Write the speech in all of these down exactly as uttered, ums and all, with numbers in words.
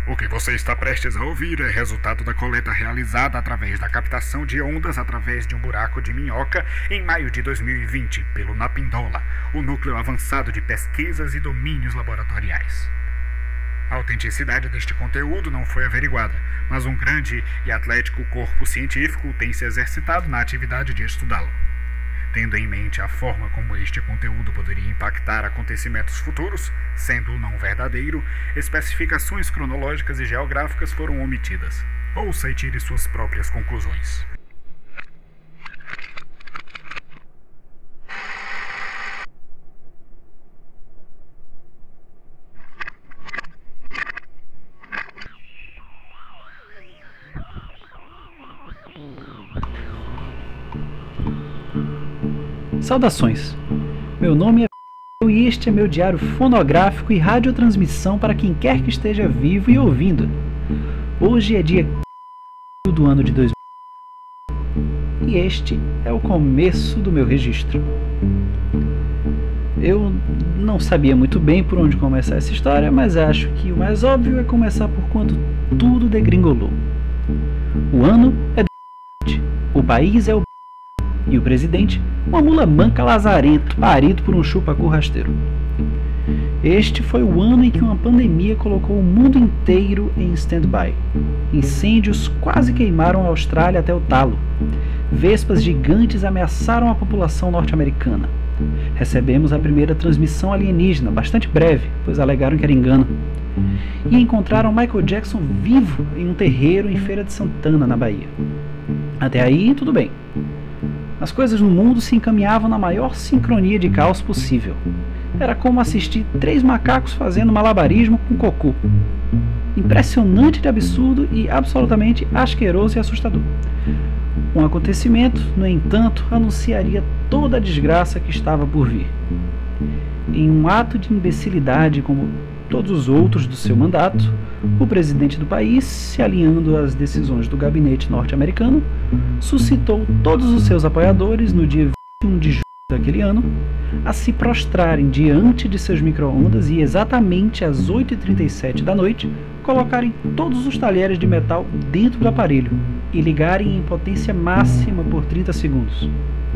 O que você está prestes a ouvir é resultado da coleta realizada através da captação de ondas através de um buraco de minhoca em maio de dois mil e vinte pelo NAPINDOLA, o Núcleo Avançado de Pesquisas e Domínios Laboratoriais. A autenticidade deste conteúdo não foi averiguada, mas um grande e atlético corpo científico tem se exercitado na atividade de estudá-lo. Tendo em mente a forma como este conteúdo poderia impactar acontecimentos futuros, sendo não verdadeiro, especificações cronológicas e geográficas foram omitidas. Ouça e tire suas próprias conclusões. Saudações, meu nome é e este é meu diário fonográfico e radiotransmissão para quem quer que esteja vivo e ouvindo. Hoje é dia do ano de dois mil e este é o começo do meu registro. Eu não sabia muito bem por onde começar essa história, mas acho que o mais óbvio é começar por quando tudo degringolou. O ano é o país é o e o presidente, uma mula manca lazarento, parido por um chupacu rasteiro. Este foi o ano em que uma pandemia colocou o mundo inteiro em stand-by. Incêndios quase queimaram a Austrália até o talo. Vespas gigantes ameaçaram a população norte-americana. Recebemos a primeira transmissão alienígena, bastante breve, pois alegaram que era engano. E encontraram Michael Jackson vivo em um terreiro em Feira de Santana, na Bahia. Até aí, tudo bem. As coisas no mundo se encaminhavam na maior sincronia de caos possível. Era como assistir três macacos fazendo malabarismo com cocô. Impressionante de absurdo e absolutamente asqueroso e assustador. Um acontecimento, no entanto, anunciaria toda a desgraça que estava por vir. Em um ato de imbecilidade como todos os outros do seu mandato, o presidente do país, se alinhando às decisões do gabinete norte-americano, suscitou todos os seus apoiadores no dia vinte e um de julho daquele ano a se prostrarem diante de seus micro-ondas e exatamente às oito e trinta e sete da noite colocarem todos os talheres de metal dentro do aparelho e ligarem em potência máxima por trinta segundos.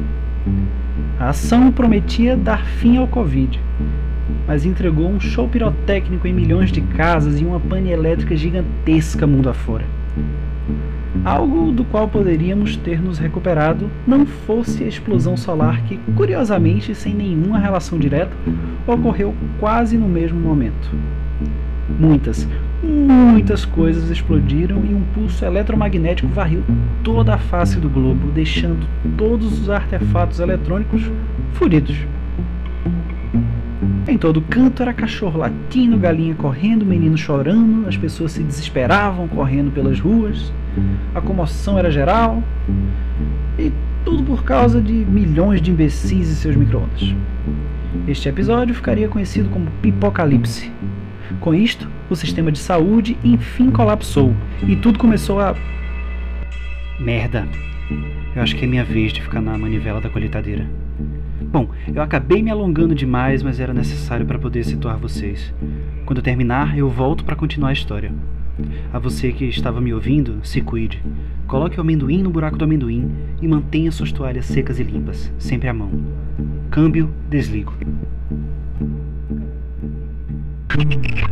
A ação prometia dar fim ao Covid, mas entregou um show pirotécnico em milhões de casas e uma pane elétrica gigantesca mundo afora. Algo do qual poderíamos ter nos recuperado não fosse a explosão solar que, curiosamente, sem nenhuma relação direta, ocorreu quase no mesmo momento. Muitas, muitas coisas explodiram e um pulso eletromagnético varreu toda a face do globo, deixando todos os artefatos eletrônicos furidos. Em todo canto era cachorro latindo, galinha correndo, menino chorando, as pessoas se desesperavam correndo pelas ruas, a comoção era geral, e tudo por causa de milhões de imbecis e seus micro-ondas. Este episódio ficaria conhecido como Pipocalipse. Com isto, o sistema de saúde enfim colapsou, e tudo começou a... Merda, eu acho que é minha vez de ficar na manivela da colheitadeira. Bom, eu acabei me alongando demais, mas era necessário para poder situar vocês. Quando eu terminar, eu volto para continuar a história. A você que estava me ouvindo, se cuide. Coloque o amendoim no buraco do amendoim e mantenha suas toalhas secas e limpas, sempre à mão. Câmbio, desligo.